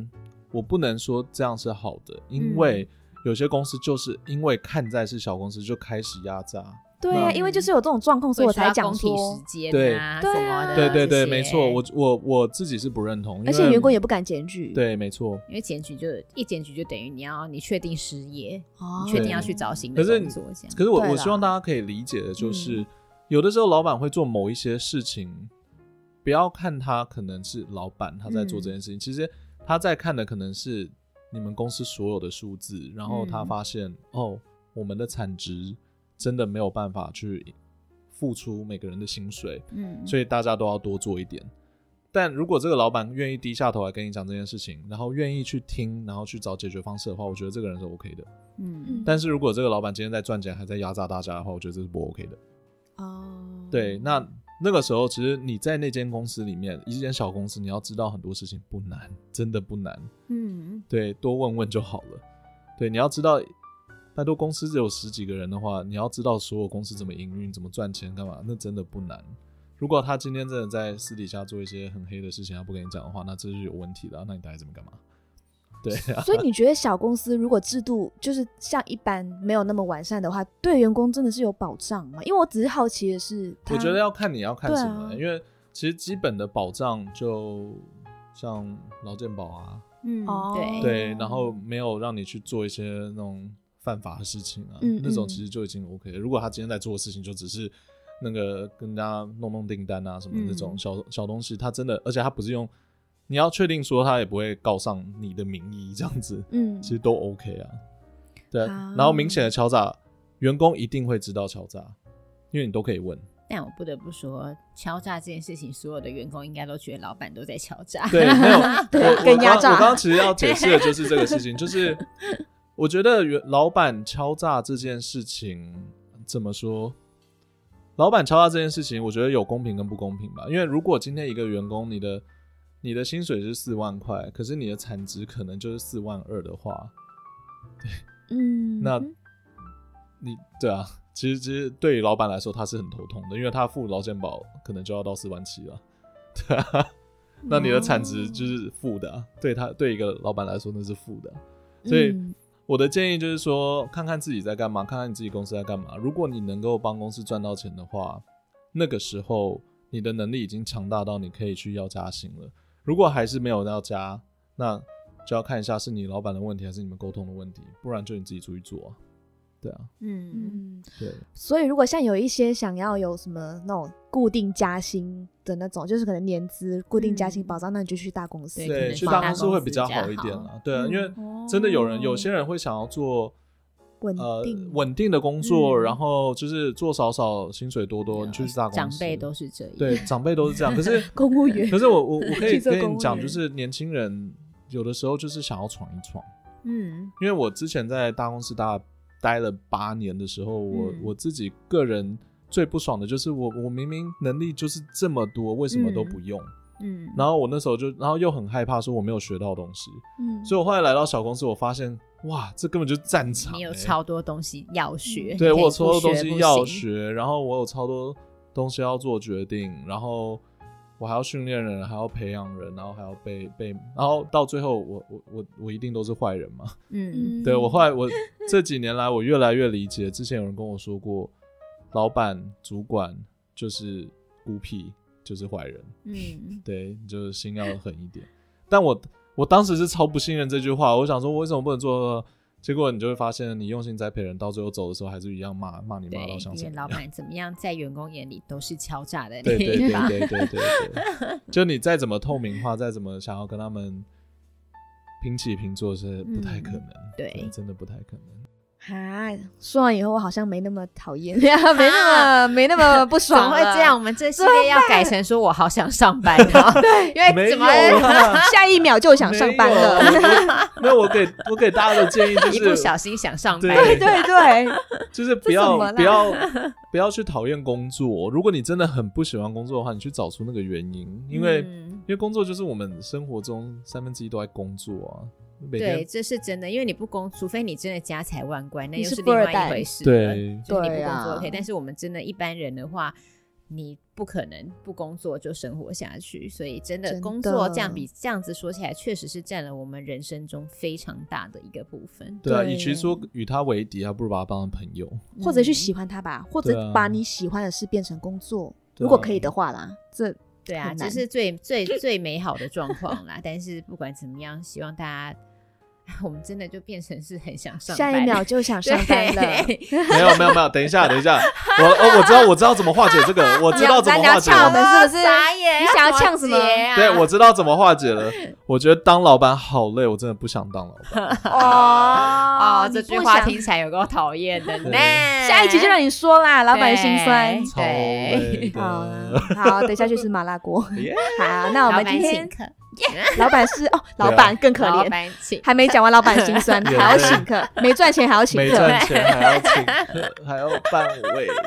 我不能说这样是好的，因为有些公司就是因为看在是小公司就开始压榨。 对啊，因为就是有这种状况，所以我才讲说时间啊什么的。 对对对，没错，我我我自己是不认同， 而且员工也不敢检举。 对，没错， 因为检举就一检举就等于你要你确定失业，哦、你确定要去找新的工作。可是可是我我希望大家可以理解的就是，嗯、有的时候老板会做某一些事情，不要看他可能是老板他在做这件事情，嗯、其实他在看的可能是你们公司所有的数字，然后他发现、嗯、哦，我们的产值真的没有办法去付出每个人的薪水，嗯，所以大家都要多做一点。但如果这个老板愿意低下头来跟你讲这件事情，然后愿意去听，然后去找解决方式的话，我觉得这个人是 OK 的，嗯。但是如果这个老板今天在赚钱还在压榨大家的话，我觉得这是不 OK 的。哦，对，那那个时候其实你在那间公司里面，一间小公司，你要知道很多事情不难，真的不难，嗯，对，多问问就好了。对，你要知道。拜托，公司只有十几个人的话，你要知道所有公司怎么营运、怎么赚钱、干嘛，那真的不难。如果他今天真的在私底下做一些很黑的事情，他不跟你讲的话，那这是有问题的、啊。那你待在这边干嘛？对啊。 所以你觉得小公司如果制度就是像一般没有那么完善的话，对员工真的是有保障吗？因为我只是好奇的是， 我觉得要看你要看什么、欸啊，因为其实基本的保障就像劳健保啊，嗯，对对，然后没有让你去做一些那种犯法的事情啊、嗯嗯，那种其实就已经 OK 了。如果他今天在做的事情就只是那个跟人家弄弄订单啊什么那种小、嗯、小东西，他真的，而且他不是用，你要确定说他也不会告上你的名义这样子，嗯，其实都 OK 啊。对，然后明显的敲诈，员工一定会知道敲诈，因为你都可以问。 但我不得不说，敲诈这件事情，所有的员工应该都觉得老板都在敲诈。 对，没有，我跟压榨。我刚刚其实要解释的就是这个事情，就是我觉得老板敲诈这件事情怎么说？老板敲诈这件事情，我觉得有公平跟不公平吧。因为如果今天一个员工，你的你的薪水是四万块，可是你的产值可能就是四万二的话，对，嗯，那你对啊。其实，其实对于老板来说，他是很头痛的，因为他付劳健保可能就要到四万七了，对啊。那你的产值就是负的、啊，对他对一个老板来说那是负的、啊。所以我的建议就是说，看看自己在干嘛，看看你自己公司在干嘛。如果你能够帮公司赚到钱的话，那个时候你的能力已经强大到你可以去要加薪了。如果还是没有要加，那就要看一下是你老板的问题还是你们沟通的问题，不然就你自己出去做啊。对啊，嗯，对， 所以如果像有一些想要有什么那种固定加薪的那种，就是可能年资固定加薪保障、嗯，那你就去大公司， 对，去大公司会比较好一点啦。对啊、嗯，因为真的有人，有些人会想要做稳定、呃、稳定的工作、嗯，然后就是做少少，薪水多多，你去大公司， 长辈都是这样， 对，长辈都是这样。可是公务员， 可是我我我可以跟你讲，就是年轻人有的时候就是想要闯一闯，嗯，因为我之前在大公司大。待了八年的时候，我、嗯、我自己个人最不爽的就是我我明明能力就是这么多，为什么都不用？嗯，然后我那时候就，然后又很害怕说我没有学到东西，嗯，所以我后来来到小公司，我发现哇，这根本就是战场、欸， 你有超多东西要学， 对，我有超多东西要学，然后我有超多东西要做决定，然后我还要训练人，还要培养人，然后还要被被，然后到最后我我我我一定都是坏人嘛。嗯，对，我后来我这几年来我越来越理解，之前有人跟我说过，老板主管就是孤僻，就是坏人。嗯，对，就是心要狠一点。但我我当时是超不信任这句话，我想说我为什么不能做？结果你就会发现，你用心栽培人，到最后走的时候还是一样骂骂你骂到像什么样。因为老板怎么样，在员工眼里都是敲诈的地方。对对对对对对对，就你再怎么透明化，再怎么想要跟他们平起平坐，是不太可能。嗯、对, 对，真的不太可能。 哈，说完以后我好像没那么讨厌，没那么没那么不爽了。 怎么会这样？我们这系列要改成说我好想上班啊！对，因为怎么下一秒就想上班了。 没有，我给我给大家的建议就是， 一不小心想上班。 对对对， 就是不要不要不要去讨厌工作。如果你真的很不喜欢工作的话，你去找出那个原因，因为、嗯、因为工作就是我们生活中三分之一都在工作啊。 对，这是真的，因为你不工，除非你真的家财万贯，那又是另外一回事。 对， 就是你不工作 OK，、啊、但是我们真的一般人的话， 你不可能不工作就生活下去，所以真的工作这样比这样子说起来确实是占了我们人生中非常大的一个部分。 对啊，与其说与他为敌，还不如把他当成朋友， 或者去喜欢他吧，或者把你喜欢的事变成工作，如果可以的话啦，这对啊，这是最最最美好的状况啦。但是不管怎么样，希望大家我们真的就变成是很想上班， 下一秒就想上班了。 没有没有没有，等一下等一下，我哦我知道我知道怎么化解这个，我知道怎么化解了。 我们是不是？你想要呛什么？ 对，我知道怎么化解了。我觉得当老板好累，我真的不想当老板。 哦，这句话听起来有够讨厌的呢。 下一集就让你说啦，老板的心酸。 超累的。 好好，等一下去吃麻辣锅。好，那我们今天老板是哦，老板更可怜，还没讲完老板心酸，还要请客，没赚钱还要请客， 没赚钱还要请客，还要办尾牙。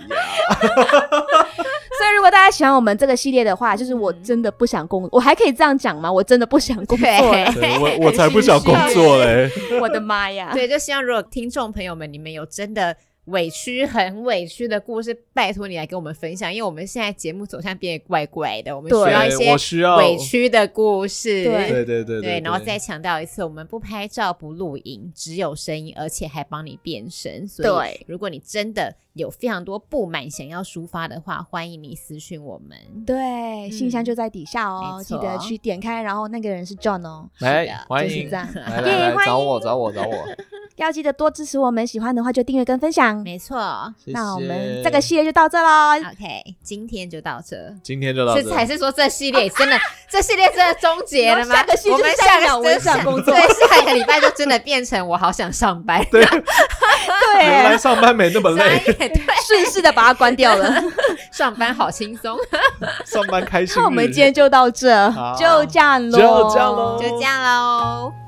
所以如果大家喜欢我们这个系列的话，就是我真的不想工，我还可以这样讲吗？我真的不想工作了， 我我才不想工作嘞！ 我的妈呀！ 对，就希望如果听众朋友们，你们有真的委屈很委屈的故事，拜托你来跟我们分享，因为我们现在节目走向变得怪怪的，我们需要一些委屈的故事。 对对对 对, 对，然后再强调一次，我们不拍照不录影，只有声音，而且还帮你变声。所以如果你真的有非常多不满想要抒发的话，欢迎你私讯我们。 对、嗯、信箱就在底下哦，记得去点开，然后那个人是 John 哦。 来，欢迎， 就是这样， 来来来找我找我找我。 要记得多支持我们，喜欢的话就订阅跟分享。 没错， 谢谢。 那我们这个系列就到这咯。 OK， 今天就到这， 今天就到这。 是还是说这系列真的这系列真的终结了吗？ 下个系列就是下个我想工作， 对，下一个礼拜就真的变成我好想上班。 对对，原来上班没那么累， 顺势的把它关掉了。 上班好轻松， 上班开心。 那我们今天就到这，就这样咯， 就这样咯， 就这样咯。